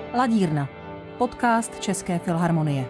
Ladírna, podcast České filharmonie.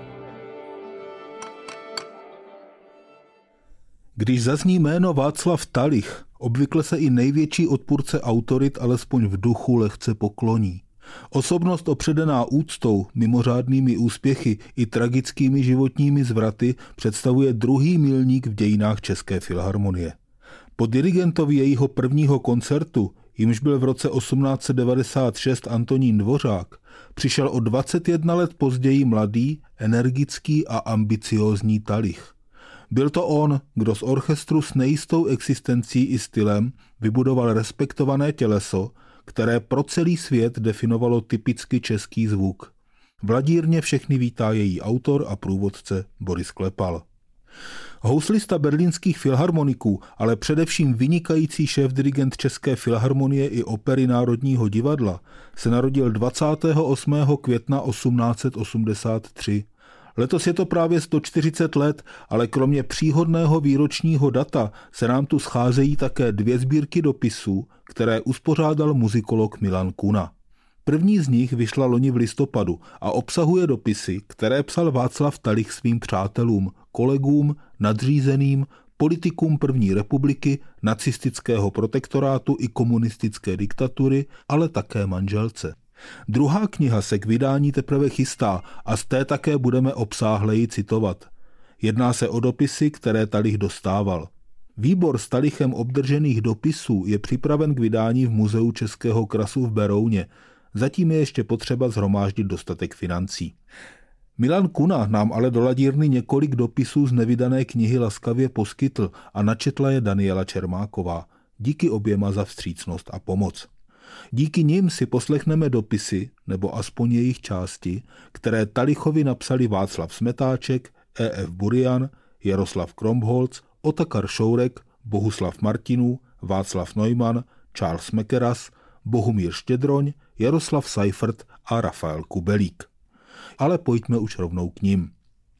Když zazní jméno Václav Talich, obvykle se i největší odpůrce autorit alespoň v duchu lehce pokloní. Osobnost opředená úctou, mimořádnými úspěchy i tragickými životními zvraty představuje druhý milník v dějinách České filharmonie. Po dirigentovi jejího prvního koncertu, jimž byl v roce 1896 Antonín Dvořák, přišel o 21 let později mladý, energický a ambiciózní Talich. Byl to on, kdo z orchestru s nejistou existencí i stylem vybudoval respektované těleso, které pro celý svět definovalo typicky český zvuk. V Ladírně všechny vítá její autor a průvodce Boris Klepal. Houslista berlínských filharmoniků, ale především vynikající šéfdirigent České filharmonie i opery Národního divadla, se narodil 28. května 1883. Letos je to právě 140 let, ale kromě příhodného výročního data se nám tu scházejí také dvě sbírky dopisů, které uspořádal muzikolog Milan Kuna. První z nich vyšla loni v listopadu a obsahuje dopisy, které psal Václav Talich svým přátelům, kolegům, nadřízeným, politikům první republiky, nacistického protektorátu i komunistické diktatury, ale také manželce. Druhá kniha se k vydání teprve chystá a z té také budeme obsáhleji citovat. Jedná se o dopisy, které Talich dostával. Výbor s Talichem obdržených dopisů je připraven k vydání v Muzeu Českého krasu v Berouně. Zatím je ještě potřeba shromáždit dostatek financí. Milan Kuna nám ale do Ladírny několik dopisů z nevydané knihy laskavě poskytl a načetla je Daniela Čermáková. Díky oběma za vstřícnost a pomoc. Díky nim si poslechneme dopisy, nebo aspoň jejich části, které Talichovi napsali Václav Smetáček, E.F. Burian, Jaroslav Kromholc, Otakar Šourek, Bohuslav Martinů, Václav Neumann, Charles Mekeras, Bohumír Štědroň, Jaroslav Seifert a Rafael Kubelík. Ale pojďme už rovnou k nim.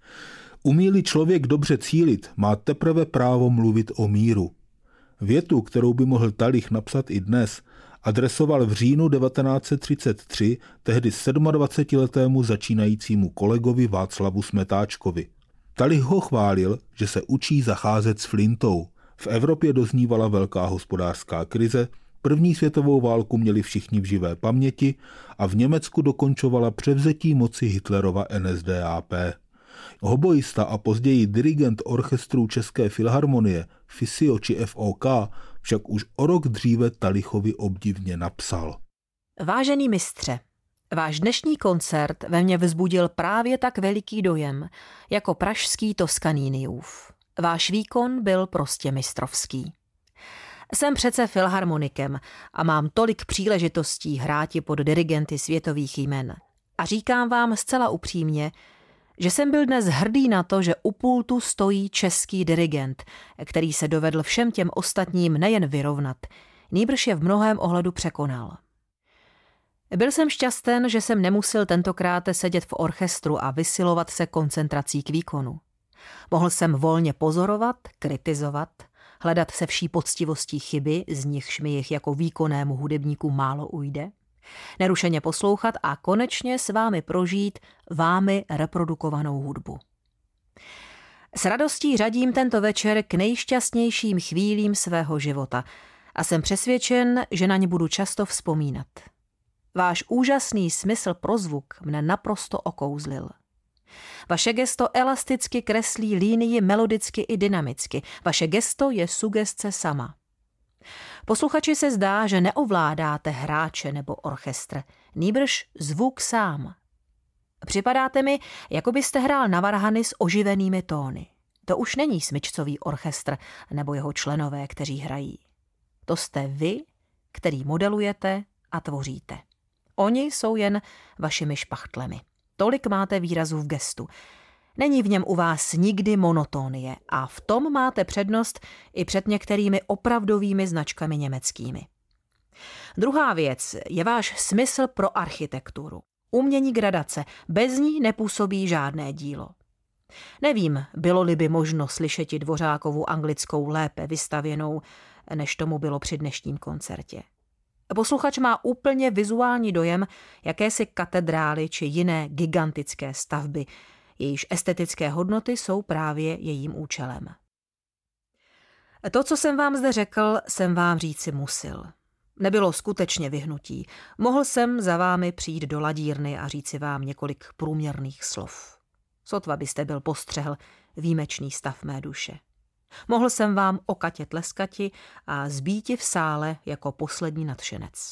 Umí-li člověk dobře cílit, má teprve právo mluvit o míru. Větu, kterou by mohl Talich napsat i dnes, adresoval v říjnu 1933 tehdy 27letému začínajícímu kolegovi Václavu Smetáčkovi. Talich ho chválil, že se učí zacházet s flintou. V Evropě doznívala velká hospodářská krize, první světovou válku měli všichni v živé paměti a v Německu dokončovala převzetí moci Hitlerova NSDAP. Hoboista a později dirigent orchestrů České filharmonie, FISIO či FOK, však už o rok dříve Talichovi obdivně napsal. Vážený mistře, váš dnešní koncert ve mně vzbudil právě tak veliký dojem, jako pražský Toscaniniův. Váš výkon byl prostě mistrovský. Jsem přece filharmonikem a mám tolik příležitostí hráti pod dirigenty světových jmen. A říkám vám zcela upřímně, že jsem byl dnes hrdý na to, že u pultu stojí český dirigent, který se dovedl všem těm ostatním nejen vyrovnat, nýbrž je v mnohém ohledu překonal. Byl jsem šťasten, že jsem nemusel tentokrát sedět v orchestru a vysilovat se koncentrací k výkonu. Mohl jsem volně pozorovat, kritizovat, hledat se vší poctivostí chyby, z nichž mi jich jako výkonnému hudebníku málo ujde, nerušeně poslouchat a konečně s vámi prožít vámi reprodukovanou hudbu. S radostí řadím tento večer k nejšťastnějším chvílím svého života a jsem přesvědčen, že na ně budu často vzpomínat. Váš úžasný smysl pro zvuk mne naprosto okouzlil. Vaše gesto elasticky kreslí línii melodicky i dynamicky. Vaše gesto je sugestce sama. Posluchači se zdá, že neovládáte hráče nebo orchestr, nýbrž zvuk sám. Připadáte mi, jako byste hrál na varhany s oživenými tóny. To už není smyčcový orchestr nebo jeho členové, kteří hrají. To jste vy, který modelujete a tvoříte. Oni jsou jen vašimi špachtlemi. Tolik máte výrazu v gestu. Není v něm u vás nikdy monotónie a v tom máte přednost i před některými opravdovými značkami německými. Druhá věc je váš smysl pro architekturu. Umění gradace, bez ní nepůsobí žádné dílo. Nevím, bylo-li by možno slyšeti Dvořákovu anglickou lépe vystavěnou, než tomu bylo při dnešním koncertě. Posluchač má úplně vizuální dojem jakési katedrály či jiné gigantické stavby, jejíž estetické hodnoty jsou právě jejím účelem. To, co jsem vám zde řekl, jsem vám říci musil. Nebylo skutečně vyhnutí. Mohl jsem za vámi přijít do ladírny a říci vám několik průměrných slov. Sotva byste byl postřehl výjimečný stav mé duše. Mohl jsem vám okatě tleskati a zbýti v sále jako poslední nadšenec.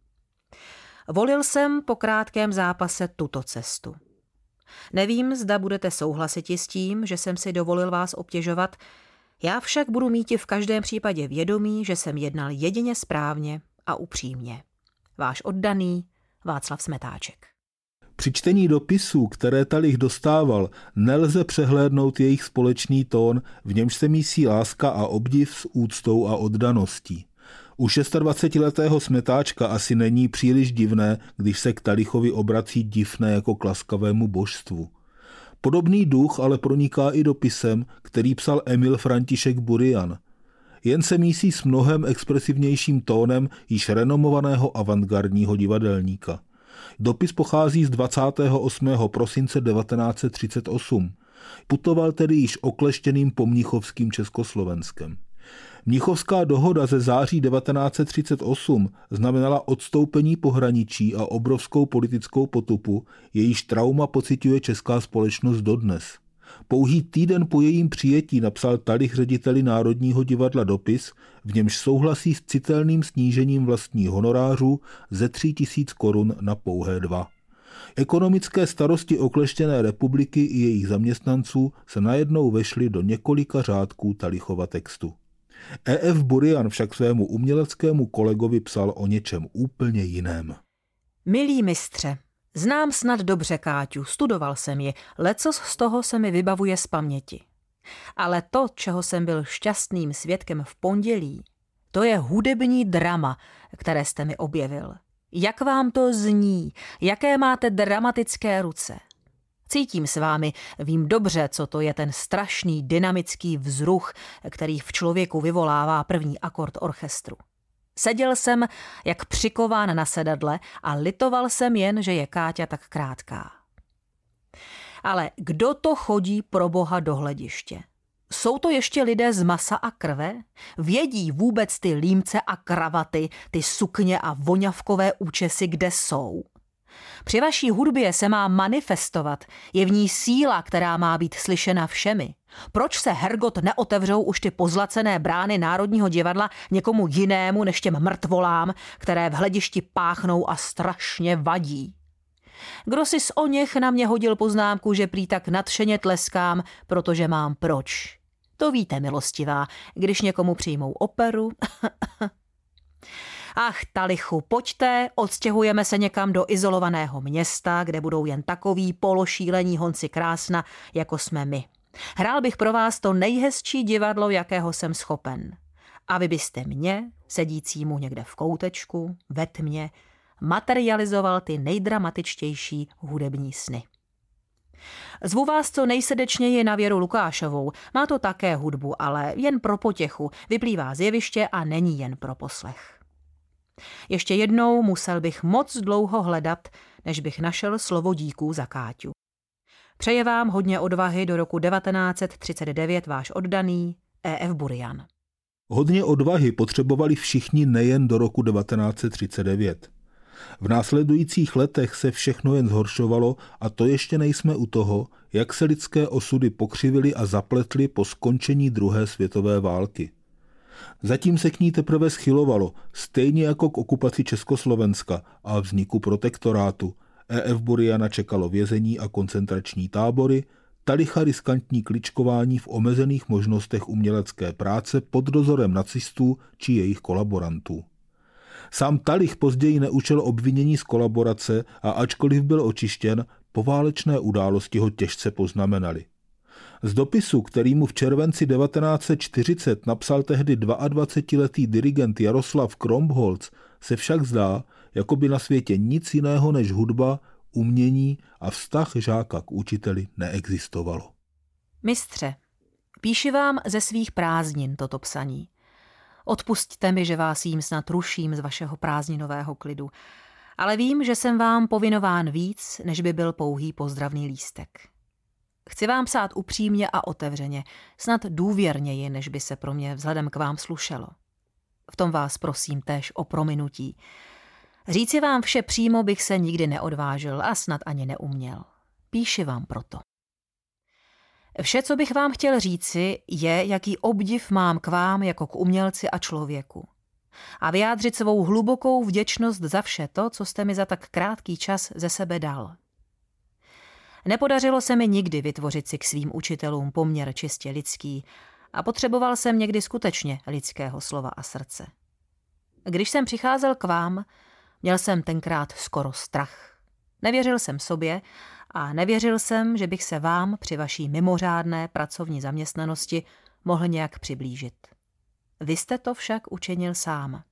Volil jsem po krátkém zápase tuto cestu. Nevím, zda budete souhlasiti s tím, že jsem si dovolil vás obtěžovat, já však budu míti v každém případě vědomí, že jsem jednal jedině správně a upřímně. Váš oddaný Václav Smetáček. Při čtení dopisů, které Talich dostával, nelze přehlédnout jejich společný tón, v němž se mísí láska a obdiv s úctou a oddaností. U 26letého Smetáčka asi není příliš divné, když se k Talichovi obrací divné jako k laskavému božstvu. Podobný duch ale proniká i dopisem, který psal Emil František Burian. Jen se mísí s mnohem expresivnějším tónem již renomovaného avantgardního divadelníka. Dopis pochází z 28. prosince 1938. Putoval tedy již okleštěným pomnichovským Československem. Mnichovská dohoda ze září 1938 znamenala odstoupení pohraničí a obrovskou politickou potupu, jejíž trauma pociťuje česká společnost dodnes. Pouhý týden po jejím přijetí napsal Talich řediteli Národního divadla dopis, v němž souhlasí s citelným snížením vlastních honorářů ze 3 000 korun na pouhé 2. Ekonomické starosti okleštěné republiky i jejich zaměstnanců se najednou vešly do několika řádků Talichova textu. E.F. Burian však svému uměleckému kolegovi psal o něčem úplně jiném. Milý mistře, znám snad dobře Káťu, studoval jsem ji, lecos z toho se mi vybavuje z paměti. Ale to, čeho jsem byl šťastným svědkem v pondělí, to je hudební drama, které jste mi objevil. Jak vám to zní, jaké máte dramatické ruce. Cítím s vámi, vím dobře, co to je ten strašný dynamický vzruch, který v člověku vyvolává první akord orchestru. Seděl jsem jak přikován na sedadle a litoval jsem jen, že je Káťa tak krátká. Ale kdo to chodí pro Boha do hlediště? Jsou to ještě lidé z masa a krve? Vědí vůbec ty límce a kravaty, ty sukně a voňavkové účesy, kde jsou? Při vaší hudbě se má manifestovat, je v ní síla, která má být slyšena všemi. Proč se hergot neotevřou už ty pozlacené brány Národního divadla někomu jinému než těm mrtvolám, které v hledišti páchnou a strašně vadí? Kdo si z oněch na mě hodil poznámku, že prý tak nadšeně tleskám, protože mám proč? To víte, milostivá, když někomu přijmou operu. Ach, Talichu, pojďte, odstěhujeme se někam do izolovaného města, kde budou jen takoví pološílení honci krásna, jako jsme my. Hrál bych pro vás to nejhezčí divadlo, jakého jsem schopen. A vy byste mě, sedícímu někde v koutečku, ve tmě, materializoval ty nejdramatičtější hudební sny. Zvu vás co nejsrdečněji na Věru Lukášovou. Má to také hudbu, ale jen pro potěchu, vyplývá z jeviště a není jen pro poslech. Ještě jednou musel bych moc dlouho hledat, než bych našel slovo díků za Káťu. Přeje vám hodně odvahy do roku 1939 váš oddaný E.F. Burian. Hodně odvahy potřebovali všichni nejen do roku 1939. V následujících letech se všechno jen zhoršovalo a to ještě nejsme u toho, jak se lidské osudy pokřivily a zapletly po skončení druhé světové války. Zatím se k ní teprve schylovalo, stejně jako k okupaci Československa a vzniku protektorátu. E.F. Buriana čekalo vězení a koncentrační tábory, Talicha riskantní kličkování v omezených možnostech umělecké práce pod dozorem nacistů či jejich kolaborantů. Sám Talich později neučil obvinění z kolaborace a ačkoliv byl očištěn, poválečné události ho těžce poznamenaly. Z dopisu, který mu v červenci 1940 napsal tehdy 22letý dirigent Jaroslav Kromholz, se však zdá, jako by na světě nic jiného než hudba, umění a vztah žáka k učiteli neexistovalo. Mistře, píši vám ze svých prázdnin toto psaní. Odpusťte mi, že vás jím snad ruším z vašeho prázdninového klidu, ale vím, že jsem vám povinován víc, než by byl pouhý pozdravný lístek. Chci vám psát upřímně a otevřeně, snad důvěrněji, než by se pro mě vzhledem k vám slušelo. V tom vás prosím též o prominutí. Říci vám vše přímo bych se nikdy neodvážil a snad ani neuměl. Píši vám proto. Vše, co bych vám chtěl říci, je, jaký obdiv mám k vám jako k umělci a člověku. A vyjádřit svou hlubokou vděčnost za vše to, co jste mi za tak krátký čas ze sebe dal. Nepodařilo se mi nikdy vytvořit si k svým učitelům poměr čistě lidský a potřeboval jsem někdy skutečně lidského slova a srdce. Když jsem přicházel k vám, měl jsem tenkrát skoro strach. Nevěřil jsem sobě a nevěřil jsem, že bych se vám při vaší mimořádné pracovní zaměstnanosti mohl nějak přiblížit. Vy jste to však učinil sám.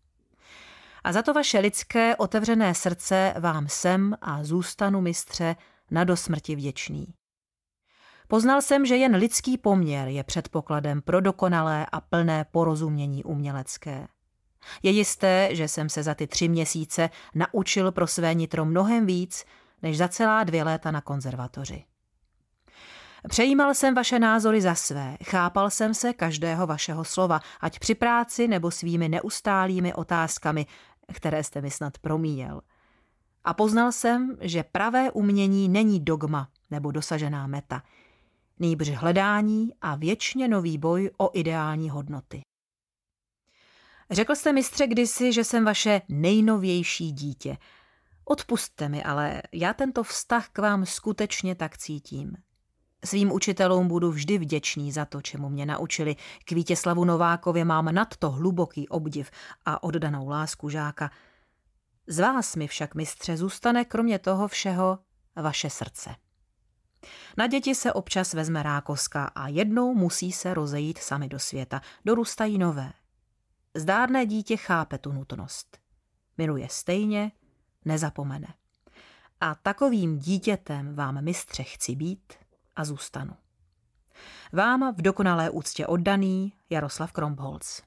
A za to vaše lidské otevřené srdce vám jsem a zůstanu, mistře, na dosmrti vděčný. Poznal jsem, že jen lidský poměr je předpokladem pro dokonalé a plné porozumění umělecké. Je jisté, že jsem se za ty 3 měsíce naučil pro své nitro mnohem víc, než za celá 2 léta na konzervatoři. Přejímal jsem vaše názory za své, chápal jsem se každého vašeho slova, ať při práci nebo svými neustálými otázkami, které jste mi snad promíjel. A poznal jsem, že pravé umění není dogma nebo dosažená meta, nýbrž hledání a věčně nový boj o ideální hodnoty. Řekl jste, mistře, kdysi, že jsem vaše nejnovější dítě. Odpusťte mi, ale já tento vztah k vám skutečně tak cítím. Svým učitelům budu vždy vděčný za to, čemu mě naučili. K Vítězslavu Novákovi mám nadto hluboký obdiv a oddanou lásku žáka. Z vás mi však, mistře, zůstane kromě toho všeho vaše srdce. Na děti se občas vezme rákoska a jednou musí se rozejít sami do světa. Dorůstají nové. Zdárné dítě chápe tu nutnost. Miluje stejně, nezapomene. A takovým dítětem vám, mistře, chci být a zůstanu. Vám v dokonalé úctě oddaný Jaroslav Kromholz.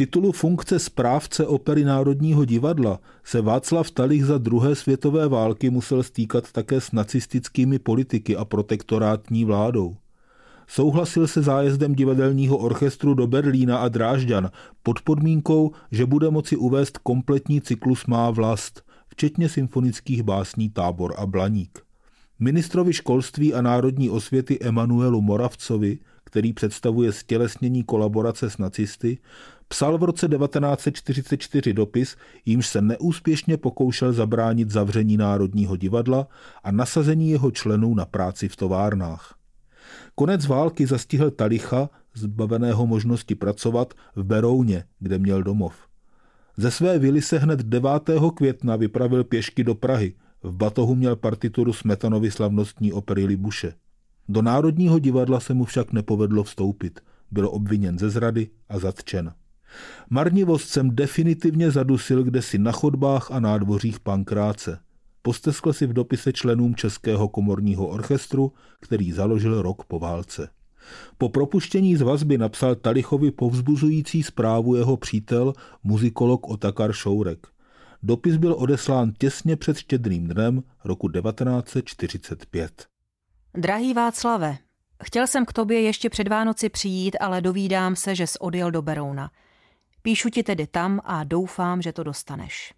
titulu funkce správce opery Národního divadla se Václav Talich za druhé světové války musel stýkat také s nacistickými politiky a protektorátní vládou. Souhlasil se zájezdem divadelního orchestru do Berlína a Drážďan pod podmínkou, že bude moci uvést kompletní cyklus Má vlast, včetně symfonických básní Tábor a Blaník. Ministrovi školství a národní osvěty Emanuelu Moravcovi, který představuje stělesnění kolaborace s nacisty, psal v roce 1944 dopis, jímž se neúspěšně pokoušel zabránit zavření Národního divadla a nasazení jeho členů na práci v továrnách. Konec války zastihl Talicha, zbaveného možnosti pracovat, v Berouně, kde měl domov. Ze své vily se hned 9. května vypravil pěšky do Prahy. V batohu měl partituru Smetanovy slavnostní opery Libuše. Do Národního divadla se mu však nepovedlo vstoupit. Byl obviněn ze zrady a zatčen. Marnivost jsem definitivně zadusil kdesi na chodbách a nádvořích Pankráce. Posteskl si v dopise členům Českého komorního orchestru, který založil rok po válce. Po propuštění z vazby napsal Talichovi povzbuzující zprávu jeho přítel, muzikolog Otakar Šourek. Dopis byl odeslán těsně před Štědrým dnem roku 1945. Drahý Václave, chtěl jsem k tobě ještě před Vánoci přijít, ale dovídám se, že jsi odjel do Berouna. Píšu ti tedy tam a doufám, že to dostaneš.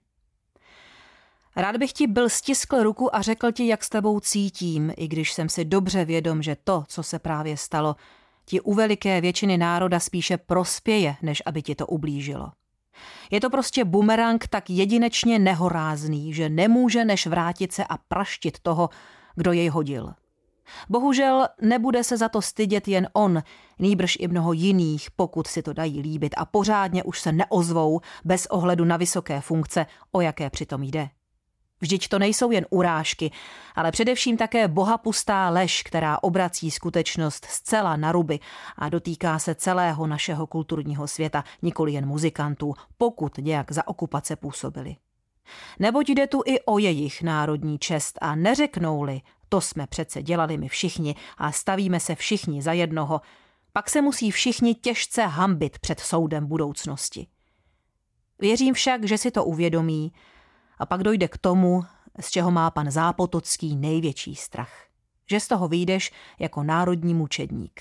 Rád bych ti byl stiskl ruku a řekl ti, jak s tebou cítím, i když jsem si dobře vědom, že to, co se právě stalo, ti u veliké většiny národa spíše prospěje, než aby ti to ublížilo. Je to prostě bumerang tak jedinečně nehorázný, že nemůže než vrátit se a praštit toho, kdo jej hodil. Bohužel nebude se za to stydět jen on, nýbrž i mnoho jiných, pokud si to dají líbit a pořádně už se neozvou bez ohledu na vysoké funkce, o jaké přitom jde. Vždyť to nejsou jen urážky, ale především také bohapustá lež, která obrací skutečnost zcela na ruby a dotýká se celého našeho kulturního světa, nikoli jen muzikantů, pokud nějak za okupace působili. Neboť jde tu i o jejich národní čest a neřeknou-li, to jsme přece dělali my všichni a stavíme se všichni za jednoho, pak se musí všichni těžce hanbit před soudem budoucnosti. Věřím však, že si to uvědomí, a pak dojde k tomu, z čeho má pan Zápotocký největší strach. Že z toho vyjdeš jako národní mučedník.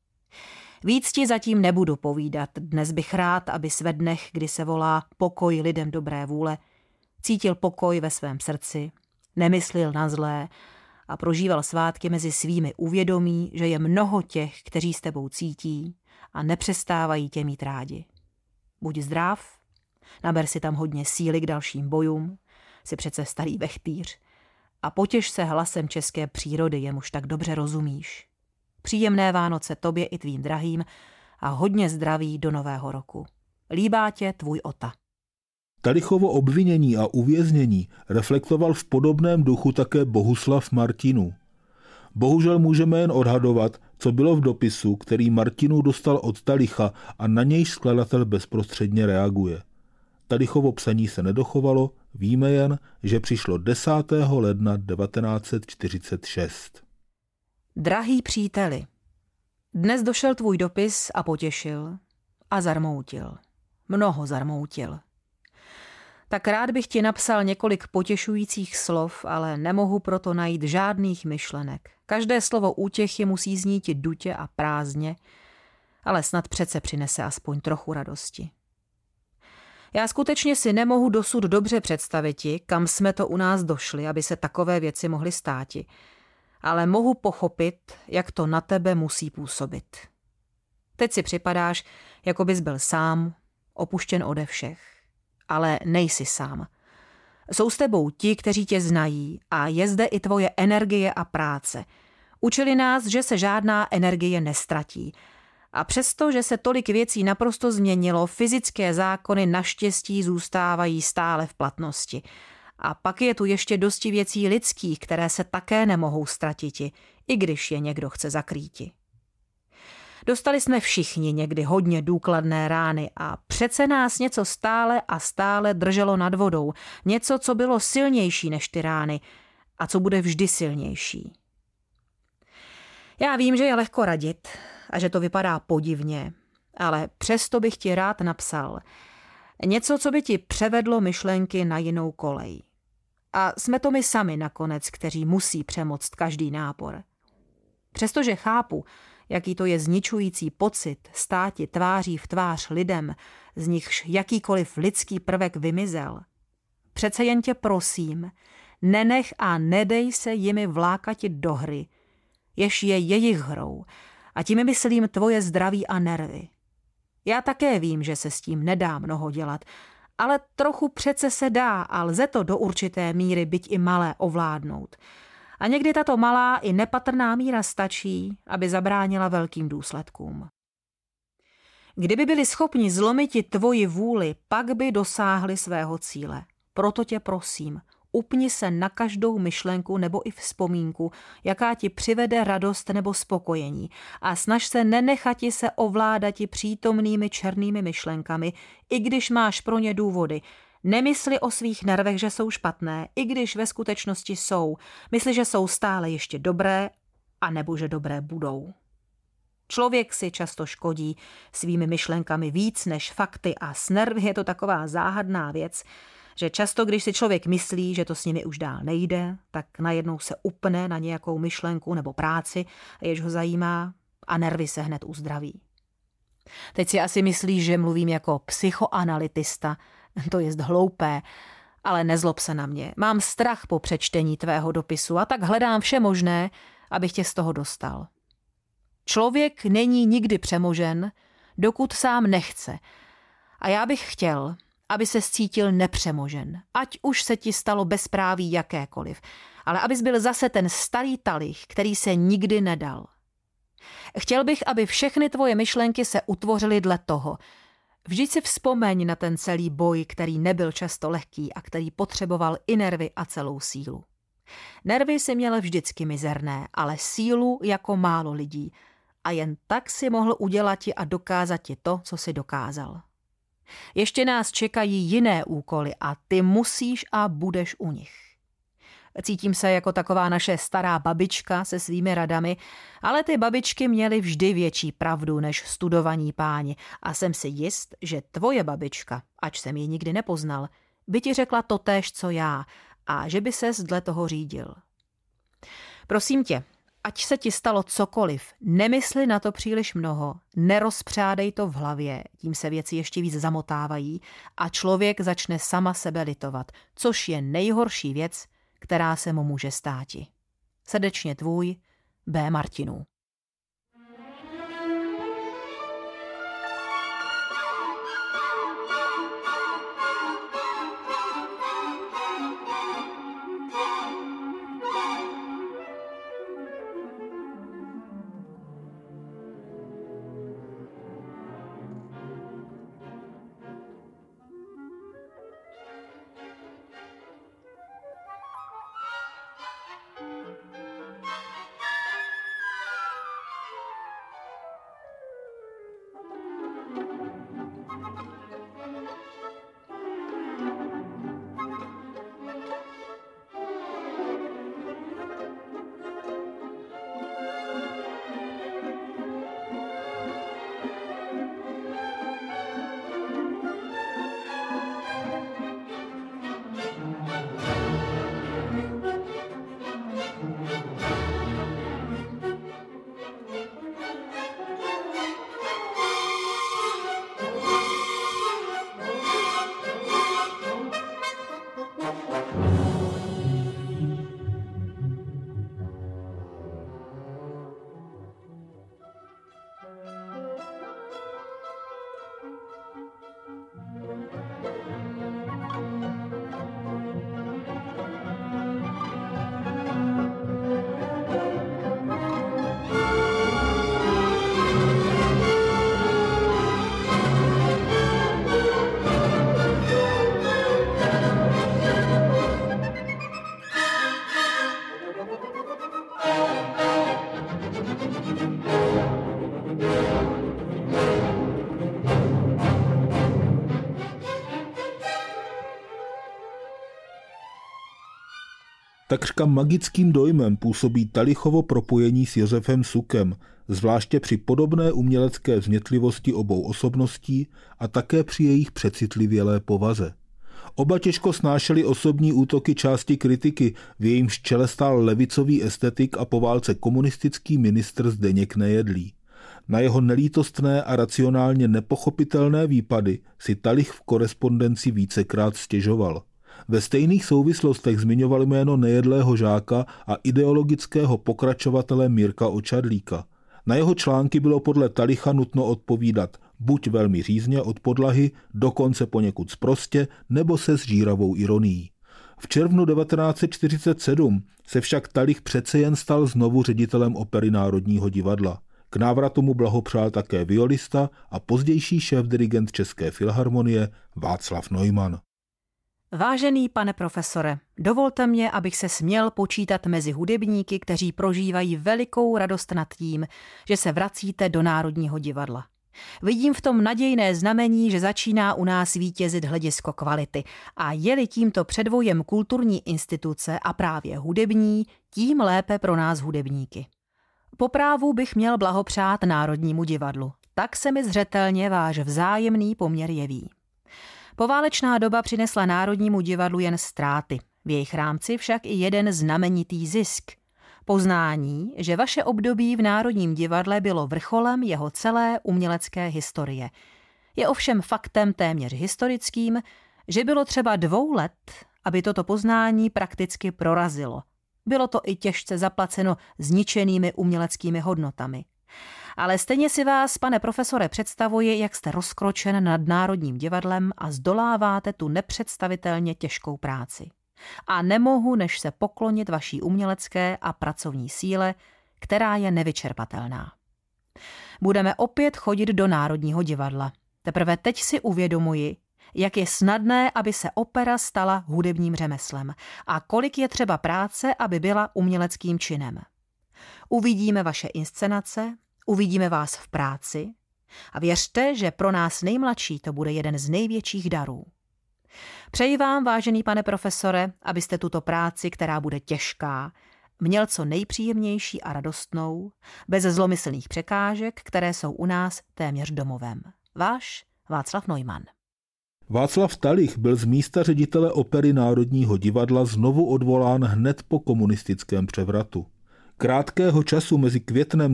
Víc ti zatím nebudu povídat. Dnes bych rád, aby ve dnech, kdy se volá pokoj lidem dobré vůle, cítil pokoj ve svém srdci, nemyslil na zlé a prožíval svátky mezi svými uvědomí, že je mnoho těch, kteří s tebou cítí a nepřestávají tě mít rádi. Buď zdrav, naber si tam hodně síly k dalším bojům, jsi přece starý vechtýř, a potěš se hlasem české přírody, jemuž tak dobře rozumíš. Příjemné Vánoce tobě i tvým drahým a hodně zdraví do nového roku. Líbá tě tvůj Ota. Talichovo obvinění a uvěznění reflektoval v podobném duchu také Bohuslav Martinů. Bohužel můžeme jen odhadovat, co bylo v dopisu, který Martinů dostal od Talicha a na nějž skladatel bezprostředně reaguje. Talichovo psaní se nedochovalo, víme jen, že přišlo 10. ledna 1946. Drahý příteli, dnes došel tvůj dopis a potěšil a zarmoutil. Mnoho zarmoutil. Tak rád bych ti napsal několik potěšujících slov, ale nemohu proto najít žádných myšlenek. Každé slovo útěchy musí znítit dutě a prázdně, ale snad přece přinese aspoň trochu radosti. Já skutečně si nemohu dosud dobře představiti, kam jsme to u nás došli, aby se takové věci mohly státi, ale mohu pochopit, jak to na tebe musí působit. Teď si připadáš, jako bys byl sám, opuštěn ode všech. Ale nejsi sám. Jsou s tebou ti, kteří tě znají a je zde i tvoje energie a práce. Učili nás, že se žádná energie nestratí. A přesto, že se tolik věcí naprosto změnilo, fyzické zákony naštěstí zůstávají stále v platnosti. A pak je tu ještě dosti věcí lidských, které se také nemohou ztratiti, i když je někdo chce zakrýti. Dostali jsme všichni někdy hodně důkladné rány a přece nás něco stále a stále drželo nad vodou. Něco, co bylo silnější než ty rány a co bude vždy silnější. Já vím, že je lehko radit a že to vypadá podivně, Ale přesto bych ti rád napsal něco, co by ti převedlo myšlenky na jinou kolej. A jsme to my sami nakonec, kteří musí přemoct každý nápor. Přestože chápu, jaký to je zničující pocit státi tváří v tvář lidem, z nichž jakýkoliv lidský prvek vymizel, přece jen tě prosím, nenech a nedej se jimi vlákati do hry, jež je jejich hrou, a tím myslím tvoje zdraví a nervy. Já také vím, že se s tím nedá mnoho dělat, ale trochu přece se dá a lze to do určité míry, byť i malé, ovládnout. A někdy tato malá i nepatrná míra stačí, aby zabránila velkým důsledkům. Kdyby byli schopni zlomiti tvoji vůli, pak by dosáhli svého cíle. Proto tě prosím, upni se na každou myšlenku nebo i vzpomínku, jaká ti přivede radost nebo spokojení, a snaž se nenechati se ovládati přítomnými černými myšlenkami, i když máš pro ně důvody. Nemysli o svých nervech, že jsou špatné, i když ve skutečnosti jsou. Mysli, že jsou stále ještě dobré, a nebo že dobré budou. Člověk si často škodí svými myšlenkami víc než fakty a s nervy je to taková záhadná věc, že často, když si člověk myslí, že to s nimi už dál nejde, tak najednou se upne na nějakou myšlenku nebo práci, jež ho zajímá, a nervy se hned uzdraví. Teď si asi myslíš, že mluvím jako psychoanalytista, to jest hloupé, ale nezlob se na mě. Mám strach po přečtení tvého dopisu a tak hledám vše možné, abych tě z toho dostal. Člověk není nikdy přemožen, dokud sám nechce. A já bych chtěl, aby se cítil nepřemožen, ať už se ti stalo bezpráví jakékoliv, ale abys byl zase ten starý talich, který se nikdy nedal. Chtěl bych, aby všechny tvoje myšlenky se utvořily dle toho. Vždyť si vzpomeň na ten celý boj, který nebyl často lehký a který potřeboval i nervy a celou sílu. Nervy si měl vždycky mizerné, ale sílu jako málo lidí. A jen tak si mohl udělat a dokázat ti to, co si dokázal. Ještě nás čekají jiné úkoly a ty musíš a budeš u nich. Cítím se jako taková naše stará babička se svými radami, ale ty babičky měly vždy větší pravdu než studovaní páni a jsem si jist, že tvoje babička, ač jsem ji nikdy nepoznal, by ti řekla totéž, co já, a že by ses dle toho řídil. Prosím tě, ať se ti stalo cokoliv, nemysli na to příliš mnoho, nerozpřádej to v hlavě, tím se věci ještě víc zamotávají a člověk začne sama sebe litovat, což je nejhorší věc, která se mu může státi. Srdečně tvůj, B. Martinů. Takřka magickým dojmem působí Talichovo propojení s Josefem Sukem, zvláště při podobné umělecké vznětlivosti obou osobností a také při jejich přecitlivělé povaze. Oba těžko snášeli osobní útoky části kritiky, v jejímž čele stál levicový estetik a po válce komunistický ministr Zdeněk Nejedlý. Na jeho nelítostné a racionálně nepochopitelné výpady si Talich v korespondenci vícekrát stěžoval. Ve stejných souvislostech zmiňoval jméno Nejedlého žáka a ideologického pokračovatele Mirka Očadlíka. Na jeho články bylo podle Talicha nutno odpovídat buď velmi řízně od podlahy, dokonce poněkud sprostě, nebo se sžíravou ironií. V červnu 1947 se však Talich přece jen stal znovu ředitelem Opery Národního divadla. K návratu mu blahopřál také violista a pozdější šéfdirigent České filharmonie Václav Neumann. Vážený pane profesore, dovolte mě, abych se směl počítat mezi hudebníky, kteří prožívají velikou radost nad tím, že se vracíte do Národního divadla. Vidím v tom nadějné znamení, že začíná u nás vítězit hledisko kvality a je-li tímto předvojem kulturní instituce a právě hudební, tím lépe pro nás hudebníky. Po právu bych měl blahopřát Národnímu divadlu. Tak se mi zřetelně váš vzájemný poměr jeví. Poválečná doba přinesla Národnímu divadlu jen ztráty, v jejich rámci však i jeden znamenitý zisk. Poznání, že vaše období v Národním divadle bylo vrcholem jeho celé umělecké historie. Je ovšem faktem téměř historickým, že bylo třeba 2 let, aby toto poznání prakticky prorazilo. Bylo to i těžce zaplaceno zničenými uměleckými hodnotami. Ale stejně si vás, pane profesore, představuji, jak jste rozkročen nad Národním divadlem a zdoláváte tu nepředstavitelně těžkou práci. A nemohu než se poklonit vaší umělecké a pracovní síle, která je nevyčerpatelná. Budeme opět chodit do Národního divadla. Teprve teď si uvědomuji, jak je snadné, aby se opera stala hudebním řemeslem a kolik je třeba práce, aby byla uměleckým činem. Uvidíme vaše inscenace, uvidíme vás v práci a věřte, že pro nás nejmladší to bude jeden z největších darů. Přeji vám, vážený pane profesore, abyste tuto práci, která bude těžká, měl co nejpříjemnější a radostnou, bez zlomyslných překážek, které jsou u nás téměř domovem. Váš Václav Neumann. Václav Talich byl z místa ředitele Opery Národního divadla znovu odvolán hned po komunistickém převratu. Krátkého času mezi květnem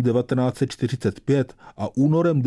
1945 a únorem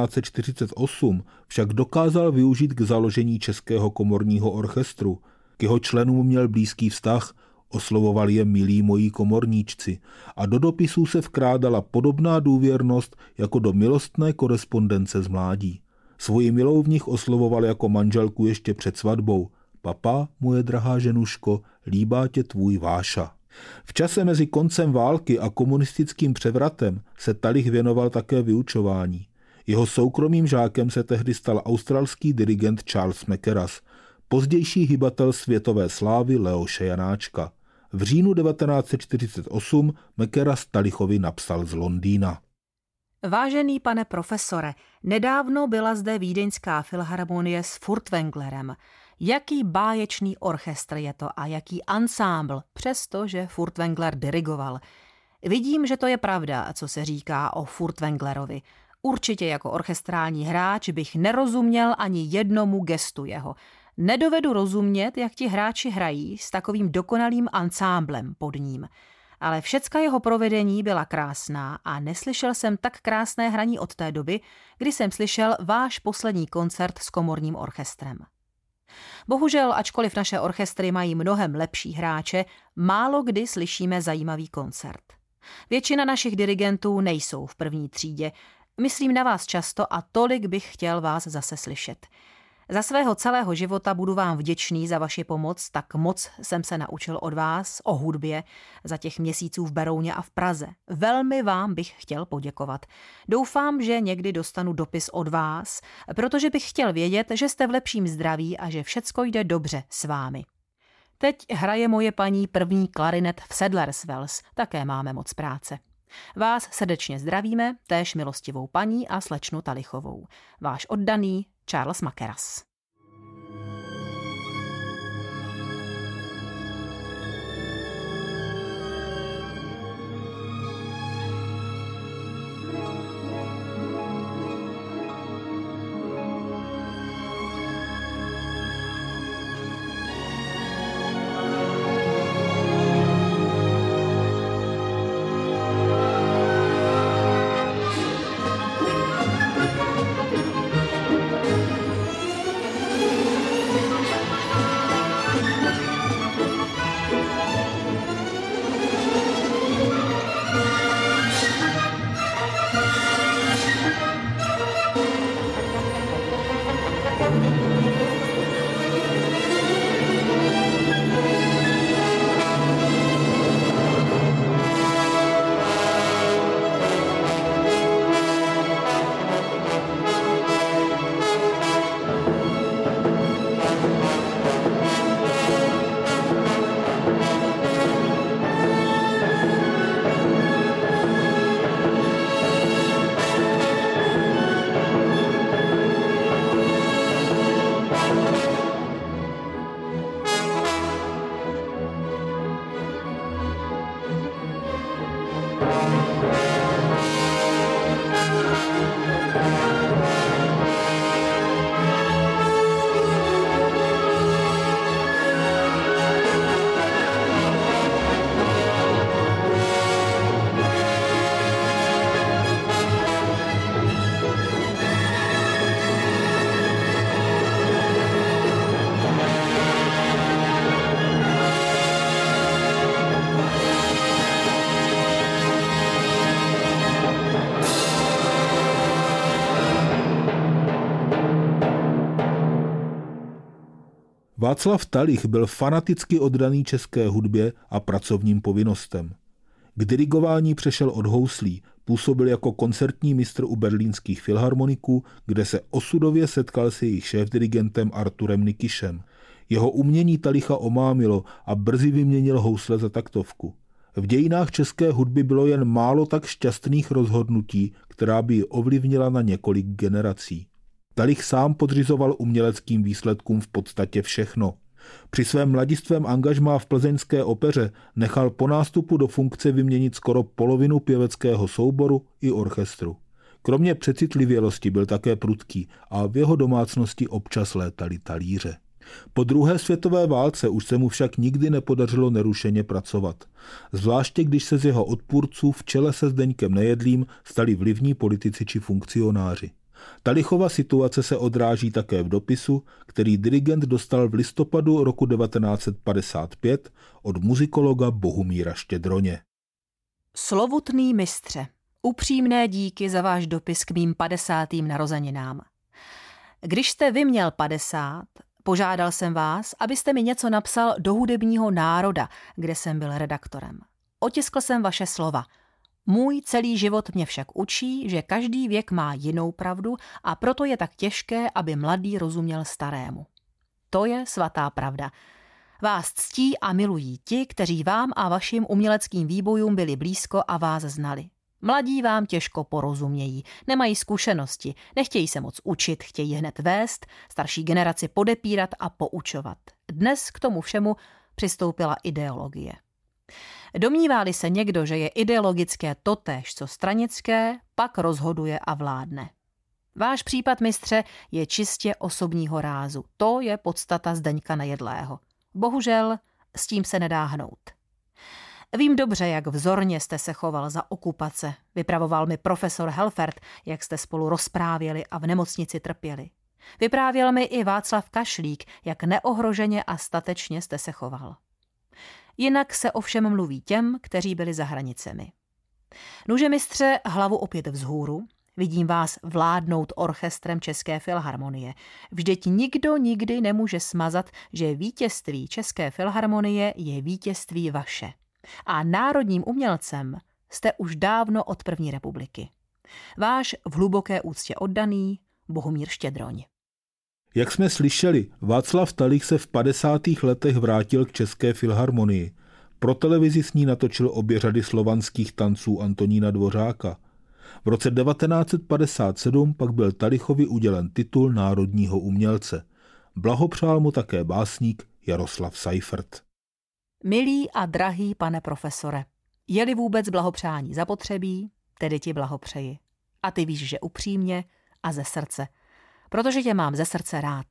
1948 však dokázal využít k založení Českého komorního orchestru. K jeho členům měl blízký vztah, oslovoval je milí moji komorníčci a do dopisů se vkrádala podobná důvěrnost jako do milostné korespondence z mládí. Svoji milou v nich oslovoval jako manželku ještě před svatbou. Papa, moje drahá ženuško, líbá tě tvůj Váša. V čase mezi koncem války a komunistickým převratem se Talich věnoval také vyučování. Jeho soukromým žákem se tehdy stal australský dirigent Charles Mackerras, pozdější hybatel světové slávy Leoše Janáčka. V říjnu 1948 Mackerras Talichovi napsal z Londýna. Vážený pane profesore, nedávno byla zde Vídeňská filharmonie s Furtwänglerem. Jaký báječný orchestr je to a jaký ansámbl, přestože Furtwängler dirigoval. Vidím, že to je pravda, co se říká o Furtwänglerovi. Určitě jako orchestrální hráč bych nerozuměl ani jednomu gestu jeho. Nedovedu rozumět, jak ti hráči hrají s takovým dokonalým ansámblem pod ním. Ale všecka jeho provedení byla krásná a neslyšel jsem tak krásné hraní od té doby, kdy jsem slyšel váš poslední koncert s komorním orchestrem. Bohužel, ačkoliv naše orchestry mají mnohem lepší hráče, málo kdy slyšíme zajímavý koncert. Většina našich dirigentů nejsou v první třídě. Myslím na vás často a tolik bych chtěl vás zase slyšet. Za svého celého života budu vám vděčný za vaši pomoc, tak moc jsem se naučil od vás o hudbě za těch měsíců v Berouně a v Praze. Velmi vám bych chtěl poděkovat. Doufám, že někdy dostanu dopis od vás, protože bych chtěl vědět, že jste v lepším zdraví a že všecko jde dobře s vámi. Teď hraje moje paní první klarinet v Sadlerswells, také máme moc práce. Vás srdečně zdravíme, též milostivou paní a slečnu Talichovou. Váš oddaný Charles Mackerras. Václav Talich byl fanaticky oddaný české hudbě a pracovním povinnostem. K dirigování přešel od houslí, působil jako koncertní mistr u berlínských filharmoniků, kde se osudově setkal s jejich šéfdirigentem Arturem Nikišem. Jeho umění Talicha omámilo a brzy vyměnil housle za taktovku. V dějinách české hudby bylo jen málo tak šťastných rozhodnutí, která by ji ovlivnila na několik generací. Talich sám podřizoval uměleckým výsledkům v podstatě všechno. Při svém mladistvém angažmá v plzeňské opeře nechal po nástupu do funkce vyměnit skoro polovinu pěveckého souboru i orchestru. Kromě přecitlivělosti byl také prudký a v jeho domácnosti občas létaly talíře. Po druhé světové válce už se mu však nikdy nepodařilo nerušeně pracovat. Zvláště když se z jeho odpůrců v čele se Zdeňkem Nejedlým stali vlivní politici či funkcionáři. Talichova situace se odráží také v dopisu, který dirigent dostal v listopadu roku 1955 od muzikologa Bohumíra Štědroně. Slovutný mistře, upřímné díky za váš dopis k mým 50. narozeninám. Když jste vy měl 50, požádal jsem vás, abyste mi něco napsal do Hudebního národa, kde jsem byl redaktorem. Otiskl jsem vaše slova. Můj celý život mě však učí, že každý věk má jinou pravdu a proto je tak těžké, aby mladý rozuměl starému. To je svatá pravda. Vás ctí a milují ti, kteří vám a vašim uměleckým výbojům byli blízko a vás znali. Mladí vám těžko porozumějí, nemají zkušenosti, nechtějí se moc učit, chtějí hned vést, starší generaci podepírat a poučovat. Dnes k tomu všemu přistoupila ideologie. Domnívá-li se někdo, že je ideologické totéž, co stranické, pak rozhoduje a vládne. Váš případ, mistře, je čistě osobního rázu. To je podstata Zdeňka Nejedlého. Bohužel s tím se nedá hnout. Vím dobře, jak vzorně jste se choval za okupace. Vypravoval mi profesor Helfert, jak jste spolu rozprávěli a v nemocnici trpěli. Vyprávěl mi i Václav Kašlík, jak neohroženě a statečně jste se choval. Jinak se ovšem mluví těm, kteří byli za hranicemi. Nuže mistře, hlavu opět vzhůru, vidím vás vládnout orchestrem České filharmonie. Vždyť nikdo nikdy nemůže smazat, že vítězství České filharmonie je vítězství vaše. A národním umělcem jste už dávno od první republiky. Váš v hluboké úctě oddaný Bohumír Štědroň. Jak jsme slyšeli, Václav Talich se v 50. letech vrátil k České filharmonii. Pro televizi s ní natočil obě řady slovanských tanců Antonína Dvořáka. V roce 1957 pak byl Talichovi udělen titul národního umělce. Blahopřál mu také básník Jaroslav Seifert. Milý a drahý pane profesore, je-li vůbec blahopřání zapotřebí, tedy ti blahopřeji. A ty víš, že upřímně a ze srdce, protože tě mám ze srdce rád.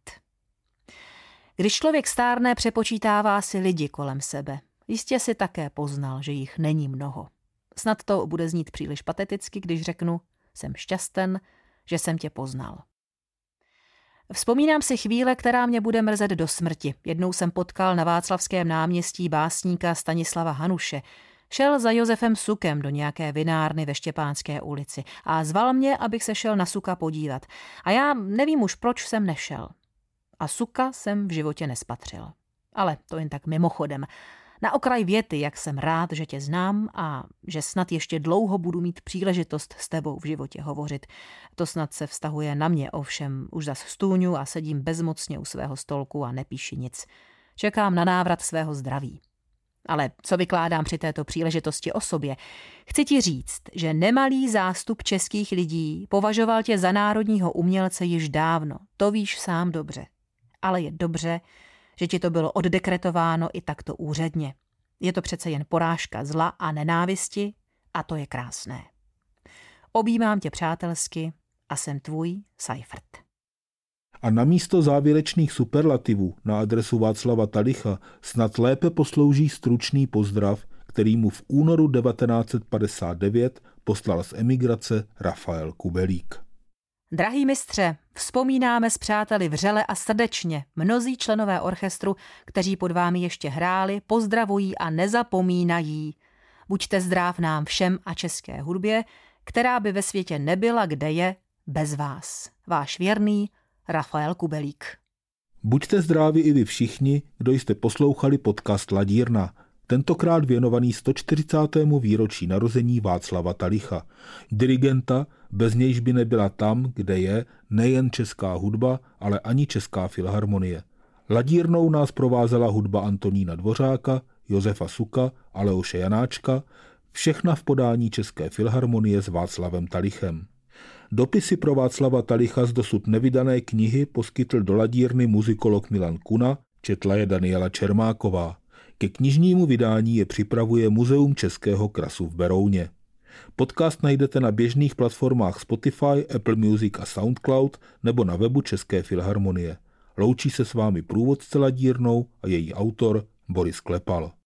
Když člověk stárne, přepočítává si lidi kolem sebe. Jistě si také poznal, že jich není mnoho. Snad to bude znít příliš pateticky, když řeknu, jsem šťasten, že jsem tě poznal. Vzpomínám si chvíle, která mě bude mrzet do smrti. Jednou jsem potkal na Václavském náměstí básníka Stanislava Hanuše. Šel za Josefem Sukem do nějaké vinárny ve Štěpánské ulici a zval mě, abych se šel na Suka podívat. A já nevím už, proč jsem nešel. A Suka jsem v životě nespatřil. Ale to jen tak mimochodem. Na okraj věty, jak jsem rád, že tě znám a že snad ještě dlouho budu mít příležitost s tebou v životě hovořit. To snad se vztahuje na mě, ovšem už zas stůňu a sedím bezmocně u svého stolku a nepíši nic. Čekám na návrat svého zdraví. Ale co vykládám při této příležitosti o sobě? Chci ti říct, že nemalý zástup českých lidí považoval tě za národního umělce již dávno. To víš sám dobře. Ale je dobře, že ti to bylo oddekretováno i takto úředně. Je to přece jen porážka zla a nenávisti a to je krásné. Objímám tě přátelsky a jsem tvůj Seifert. A namísto závěrečných superlativů na adresu Václava Talicha snad lépe poslouží stručný pozdrav, který mu v únoru 1959 poslal z emigrace Rafael Kubelík. Drahý mistře, vzpomínáme s přáteli vřele a srdečně. Mnozí členové orchestru, kteří pod vámi ještě hráli, pozdravují a nezapomínají. Buďte zdrav nám všem a české hudbě, která by ve světě nebyla, kde je, bez vás. Váš věrný Rafael Kubelík. Buďte zdraví i vy všichni, kdo jste poslouchali podcast Ladírna, tentokrát věnovaný 140. výročí narození Václava Talicha, dirigenta, bez nějž by nebyla tam, kde je nejen česká hudba, ale ani Česká filharmonie. Ladírnou nás provázela hudba Antonína Dvořáka, Josefa Suka a Leoše Janáčka, všechna v podání České filharmonie s Václavem Talichem. Dopisy pro Václava Talicha z dosud nevydané knihy poskytl do Ladírny muzikolog Milan Kuna, četla je Daniela Čermáková. Ke knižnímu vydání je připravuje Muzeum českého krasu v Berouně. Podcast najdete na běžných platformách Spotify, Apple Music a SoundCloud nebo na webu České filharmonie. Loučí se s vámi průvodce Ladírnou a její autor Boris Klepal.